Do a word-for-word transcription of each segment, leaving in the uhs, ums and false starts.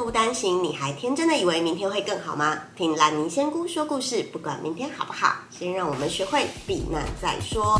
不担心，你还天真的以为明天会更好吗？听兰妮仙姑说故事，不管明天好不好，先让我们学会避难再说。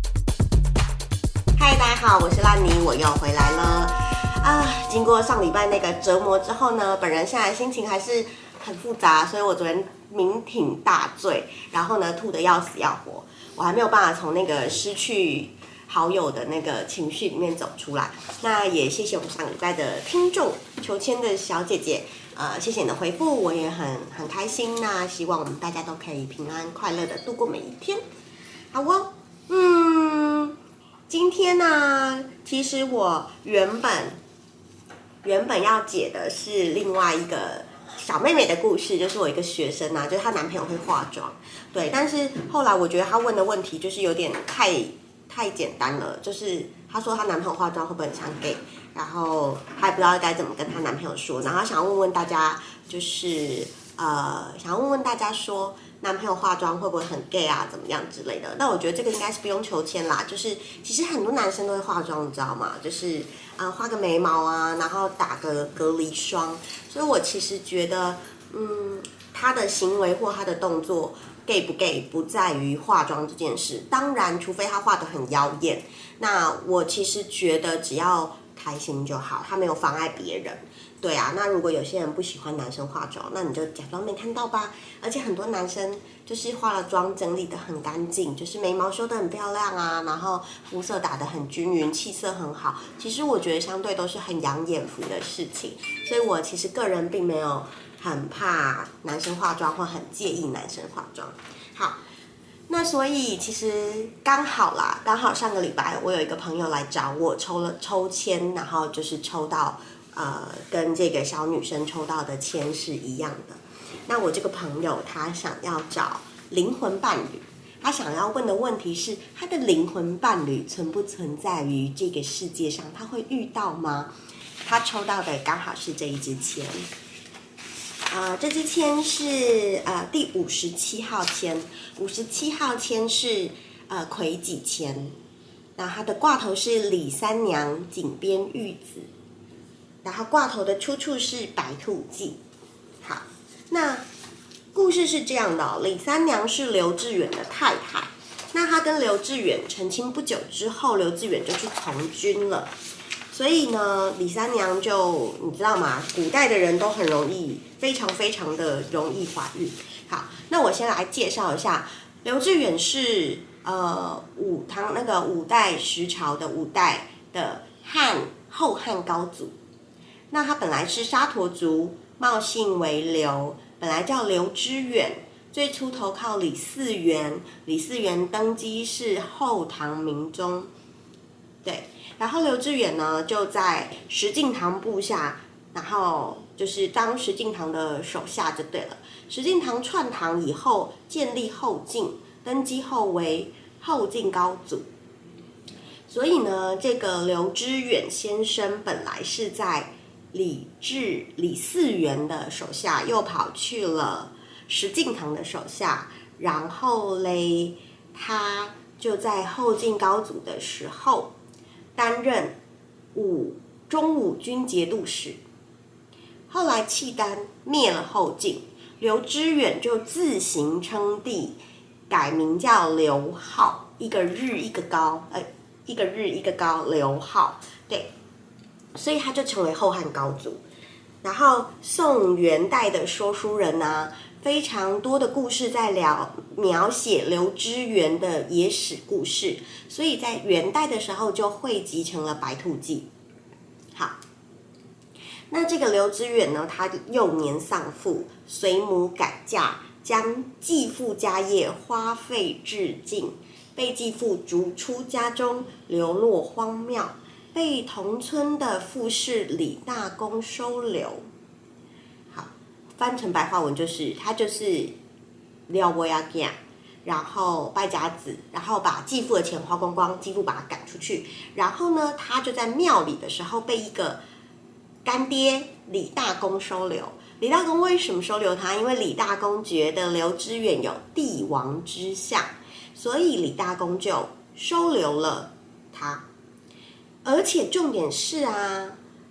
嗨，大家好，我是兰妮，我又回来了啊！经过上礼拜那个折磨之后呢，本人现在心情还是很复杂，所以我昨天酩酊大醉，然后呢吐得要死要活，我还没有办法从那个失去好友的那个情绪里面走出来。那也谢谢我们上礼拜的听众求签的小姐姐，呃，谢谢你的回复，我也很很开心。那希望我们大家都可以平安快乐的度过每一天。好哦，嗯，今天呢，其实我原本原本要解的是另外一个小妹妹的故事，就是我一个学生啊，就是她男朋友会化妆，对，但是后来我觉得她问的问题就是有点太太简单了，就是她说她男朋友化妆会不会很像 gay， 然后她也不知道该怎么跟她男朋友说，然后想要问问大家，就是呃，想要问问大家说，男朋友化妆会不会很 gay 啊，怎么样之类的？那我觉得这个应该是不用求签啦，就是其实很多男生都会化妆，你知道吗？就是呃画个眉毛啊，然后打个隔离霜，所以我其实觉得，嗯，他的行为或他的动作 gay 不 gay 不在于化妆这件事，当然，除非他画得很妖艳，那我其实觉得只要开心就好，他没有妨碍别人。对啊，那如果有些人不喜欢男生化妆，那你就假装没看到吧。而且很多男生就是化了妆，整理得很干净，就是眉毛修得很漂亮啊，然后肤色打得很均匀，气色很好。其实我觉得相对都是很养眼福的事情，所以我其实个人并没有很怕男生化妆或很介意男生化妆。好，那所以其实刚好啦，刚好上个礼拜我有一个朋友来找我抽了抽签，然后就是抽到呃跟这个小女生抽到的签是一样的。那我这个朋友他想要找灵魂伴侣，他想要问的问题是他的灵魂伴侣存不存在于这个世界上，他会遇到吗？他抽到的刚好是这一支签。呃，这支签是呃第五十七号签，五十七号签是呃癸己签，那它的挂头是李三娘井边玉子，然后挂头的出处是白兔记。好，那故事是这样的哦，李三娘是刘志远的太太，那她跟刘志远成亲不久之后，刘志远就去从军了。所以呢，李三娘就你知道吗？古代的人都很容易，非常非常的容易怀孕。好，那我先来介绍一下，刘志远是呃五唐那个五代十朝的五代的汉后汉高祖。那他本来是沙陀族，冒姓为刘，本来叫刘知远，最初投靠李嗣源，李嗣源登基是后唐明宗。对。然后刘志远呢，就在石敬瑭部下，然后就是当石敬瑭的手下就对了。石敬瑭篡唐以后，建立后晋，登基后为后晋高祖。所以呢，这个刘知远先生本来是在李治、李嗣源的手下，又跑去了石敬瑭的手下，然后嘞，他就在后晋高祖的时候担任武中武军节度使，后来契丹灭了后晋，刘知远就自行称帝，改名叫刘浩，一个日一个高，呃，一个日一个高，刘浩，对，所以他就成为后汉高祖。然后宋元代的说书人啊，非常多的故事在聊描写刘知远的野史故事，所以在元代的时候就汇集成了《白兔记》。好，那这个刘知远呢，他幼年丧父，随母改嫁，将继父家业花费至尽，被继父逐出家中，流落荒庙，被同村的富士李大公收留。好，翻成白话文就是他就是撩拨呀囝，然后败家子，然后把继父的钱花光光，继父把他赶出去，然后呢，他就在庙里的时候被一个干爹李大公收留。李大公为什么收留他？因为李大公觉得刘知远有帝王之相，所以李大公就收留了他。而且重点是啊，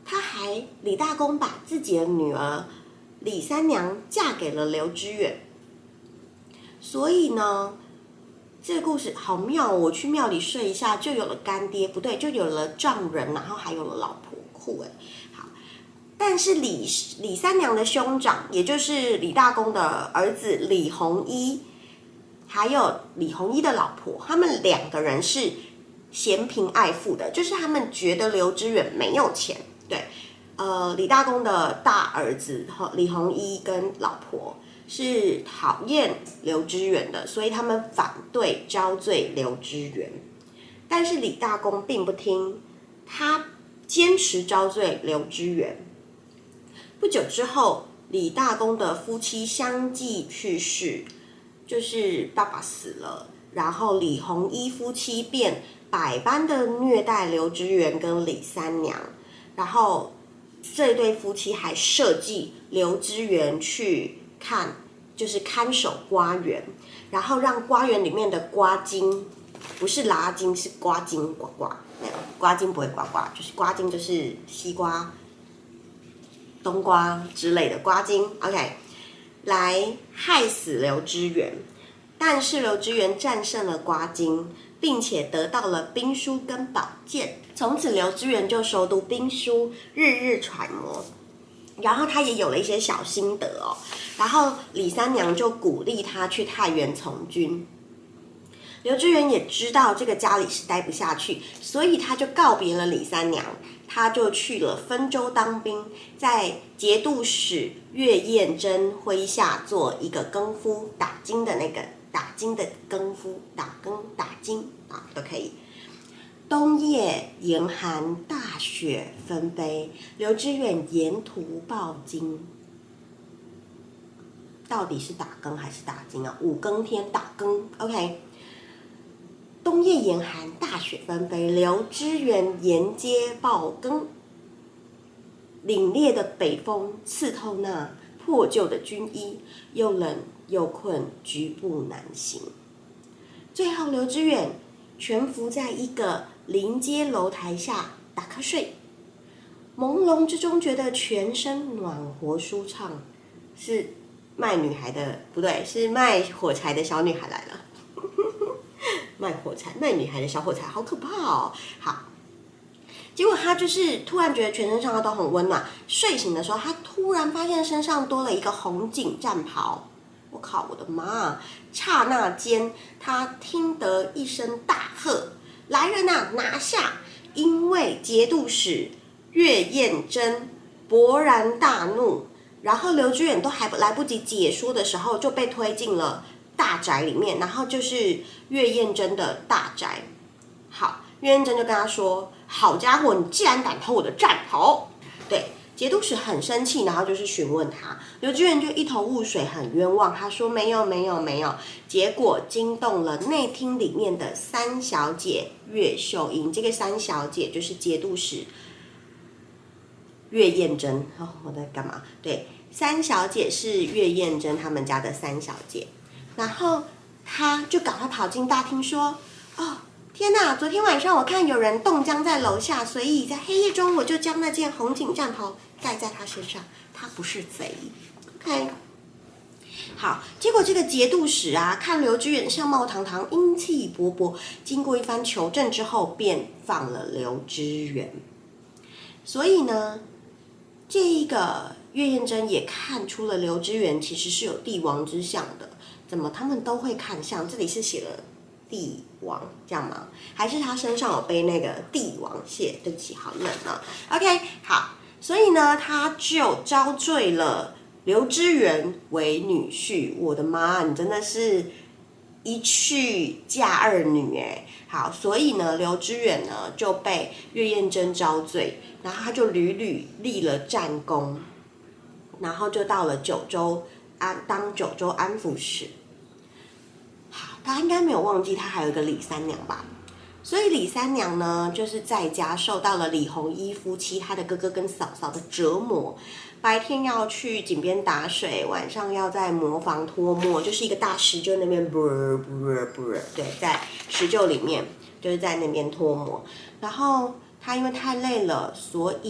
他还李大公把自己的女儿李三娘嫁给了刘知远，所以呢，这个故事好妙哦。我去庙里睡一下，就有了干爹，不对，就有了丈人，然后还有了老婆，酷哎。好，但是李李三娘的兄长，也就是李大公的儿子李弘一，还有李弘一的老婆，他们两个人是嫌贫爱富的，就是他们觉得刘知远没有钱。对，呃，李大公的大儿子李弘一跟老婆是讨厌刘知远的，所以他们反对招赘刘知远。但是李大公并不听，他坚持招赘刘知远。不久之后，李大公的夫妻相继去世，就是爸爸死了，然后李弘一夫妻便百般的虐待刘知远跟李三娘，然后这对夫妻还设计刘知远去看，就是看守瓜园，然后让瓜园里面的瓜精，不是拉筋，是瓜精呱呱，瓜精不会呱呱，就是瓜精就是西瓜、冬瓜之类的瓜精 ，OK， 来害死刘知远。但是刘知远战胜了瓜精，并且得到了兵书跟宝剑，从此刘知远就熟读兵书，日日揣摩。然后他也有了一些小心得哦。然后李三娘就鼓励他去太原从军。刘知远也知道这个家里是待不下去，所以他就告别了李三娘，他就去了分州当兵，在节度使岳彦珍麾下做一个更夫，打金的那个打金的更夫，打更打金啊都可以。冬夜严寒，大雪纷飞，刘知远沿途报金。到底是打更还是打金啊？五更天打更 ，OK。冬夜严寒，大雪纷飞，刘知远沿街报更。凛冽的北风刺透那破旧的军衣，又冷又困，局部难行。最后，刘知远蜷伏在一个临街楼台下打瞌睡，朦胧之中觉得全身暖和舒畅，是卖女孩的不对，是卖火柴的小女孩来了。卖火柴、卖女孩的小火柴，好可怕哦！好，结果他就是突然觉得全身上下都很温暖。睡醒的时候，他突然发现身上多了一个红锦战袍。我靠，我的妈！刹那间，他听得一声大喝：“来人啊，拿下！”因为节度使岳彦珍勃然大怒，然后刘知远都还来不及解说的时候，就被推进了大宅里面，然后就是岳彦珍的大宅。好，岳彦珍就跟他说：“好家伙，你竟然敢偷我的战袍！”对，节度使很生气，然后就是询问他，刘知远就一头雾水，很冤枉。他说：“没有，没有，没有。”结果惊动了内厅里面的三小姐岳秀英，这个三小姐就是节度使岳彦珍。哦，我在干嘛？对，三小姐是岳彦珍他们家的三小姐。然后他就赶快跑进大厅说：“哦，天哪！昨天晚上我看有人冻僵在楼下，所以在黑夜中我就将那件红锦战袍盖在他身上。他不是贼。” OK， 好，结果这个节度使啊，看刘知远相貌堂堂，英气勃勃，经过一番求证之后，便放了刘知远。所以呢，这一个岳彦珍也看出了刘知远其实是有帝王之相的。怎么他们都会看相？这里是写了帝王，这样吗？还是他身上有背那个帝王蟹？对不起，好冷啊。OK， 好，所以呢，他就招赘了刘知远为女婿。我的妈，你真的是一婿嫁二女哎。好，所以呢，刘知远呢就被岳彦珍招赘，然后他就屡屡立了战功，然后就到了九州安当九州安抚使。好，他应该没有忘记他还有一个李三娘吧？所以李三娘呢，就是在家受到了李弘一夫妻他的哥哥跟嫂嫂的折磨，白天要去井边打水，晚上要在磨坊脱磨，就是一个大石臼那边啵啵啵，对，在石臼里面就是在那边脱磨。然后他因为太累了，所以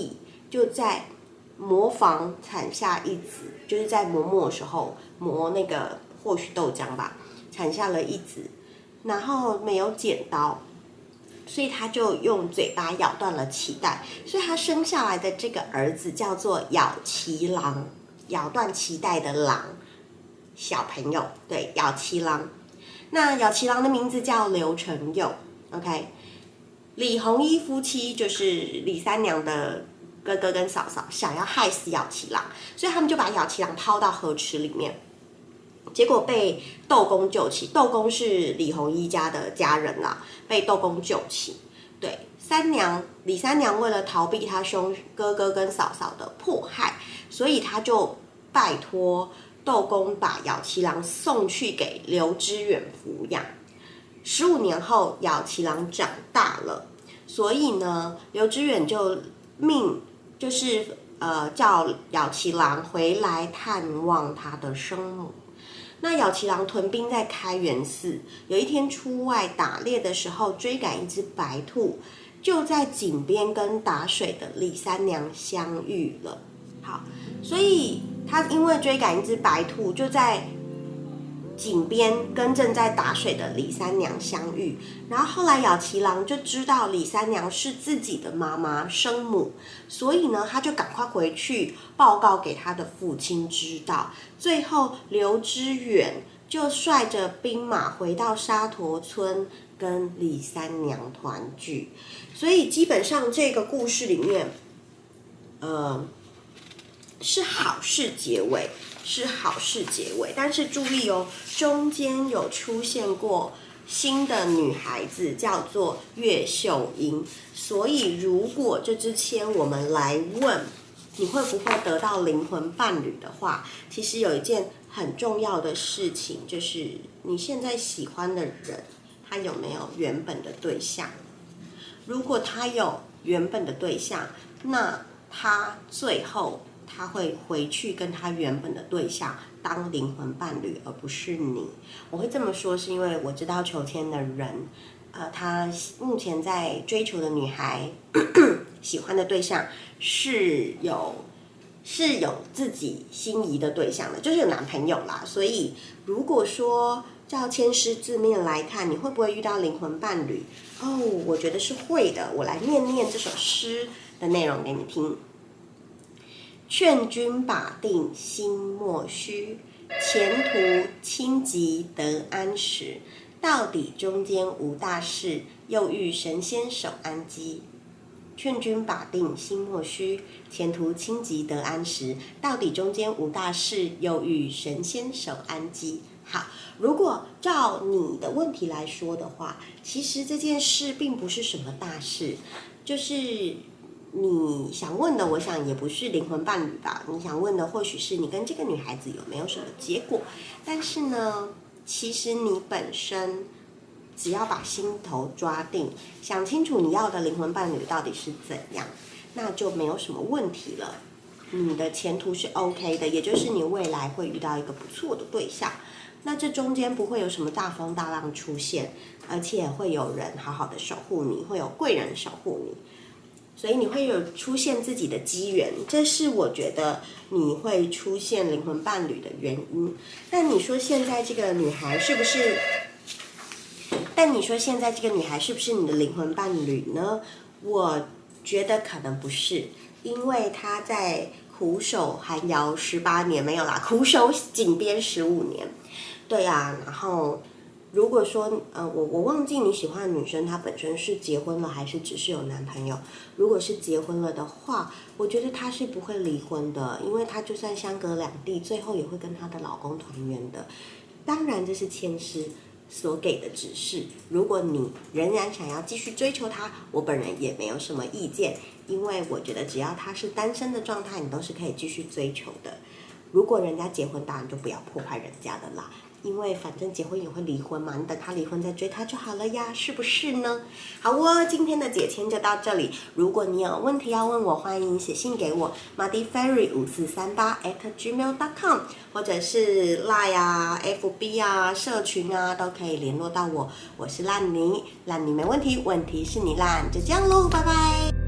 就在磨坊产下一子，就是在磨磨的时候磨那个或许豆浆吧，产下了一子，然后没有剪刀，所以他就用嘴巴咬断了脐带，所以他生下来的这个儿子叫做咬脐郎，咬断脐带的郎，小朋友，对，咬脐郎。那咬脐郎的名字叫刘承佑 ，OK。李弘一夫妻就是李三娘的哥哥跟嫂嫂想要害死咬脐郎，所以他们就把咬脐郎抛到河池里面，结果被窦公救起。窦公是李弘一家的家人啦，被窦公救起。对，三娘李三娘为了逃避他兄哥哥跟嫂嫂的迫害，所以他就拜托窦公把咬脐郎送去给刘知远抚养。十五年后，咬脐郎长大了，所以呢，刘知远就命就是呃叫咬脐郎回来探望他的生母。那咬脐郎屯兵在开元寺，有一天出外打猎的时候，追赶一只白兔，就在井边跟打水的李三娘相遇了。好，所以他因为追赶一只白兔，就在井边跟正在打水的李三娘相遇，然后后来咬脐郎就知道李三娘是自己的妈妈生母，所以呢，他就赶快回去报告给他的父亲知道。最后刘知远就率着兵马回到沙陀村跟李三娘团聚。所以基本上这个故事里面，呃，是好事结尾。是好事结尾，但是注意哦，中间有出现过新的女孩子，叫做岳秀英。所以如果这支签我们来问你会不会得到灵魂伴侣的话，其实有一件很重要的事情，就是你现在喜欢的人，他有没有原本的对象？如果他有原本的对象，那他最后他会回去跟他原本的对象当灵魂伴侣，而不是你。我会这么说是因为我知道求签的人，呃，他目前在追求的女孩喜欢的对象是有是有自己心仪的对象的，就是有男朋友啦。所以如果说照签诗字面来看，你会不会遇到灵魂伴侣？哦，我觉得是会的。我来念念这首诗的内容给你听。劝君把定心莫虚，前途清吉得安时。到底中间无大事，又遇神仙守安基。劝君把定心莫虚，前途清吉得安时。到底中间无大事，又遇神仙守安基。好，如果照你的问题来说的话，其实这件事并不是什么大事，就是你想问的，我想也不是灵魂伴侣吧？你想问的或许是你跟这个女孩子有没有什么结果？但是呢，其实你本身只要把心头抓定，想清楚你要的灵魂伴侣到底是怎样，那就没有什么问题了。你的前途是 OK 的，也就是你未来会遇到一个不错的对象。那这中间不会有什么大风大浪出现，而且会有人好好的守护你，会有贵人守护你。所以你会有出现自己的机缘，这是我觉得你会出现灵魂伴侣的原因。但你说现在这个女孩是不是？但你说现在这个女孩是不是你的灵魂伴侣呢？我觉得可能不是，因为她在苦守寒窑十八年，没有啦，苦守井边十五年。对啊，然后。如果说，呃，我我忘记你喜欢的女生她本身是结婚了还是只是有男朋友。如果是结婚了的话，我觉得她是不会离婚的，因为她就算相隔两地，最后也会跟她的老公团圆的。当然，这是签诗所给的指示。如果你仍然想要继续追求他，我本人也没有什么意见，因为我觉得只要他是单身的状态，你都是可以继续追求的。如果人家结婚，当然就不要破坏人家的啦。因为反正结婚也会离婚嘛，你等他离婚再追他就好了呀，是不是呢？好哦，今天的解签就到这里。如果你有问题要问我，欢迎写信给我 muddy fairy 五四三八 at gmail dot com， 或者是 Line 啊、F B 啊、社群啊都可以联络到我。我是烂泥，烂泥没问题，问题是你烂，就这样咯，拜拜。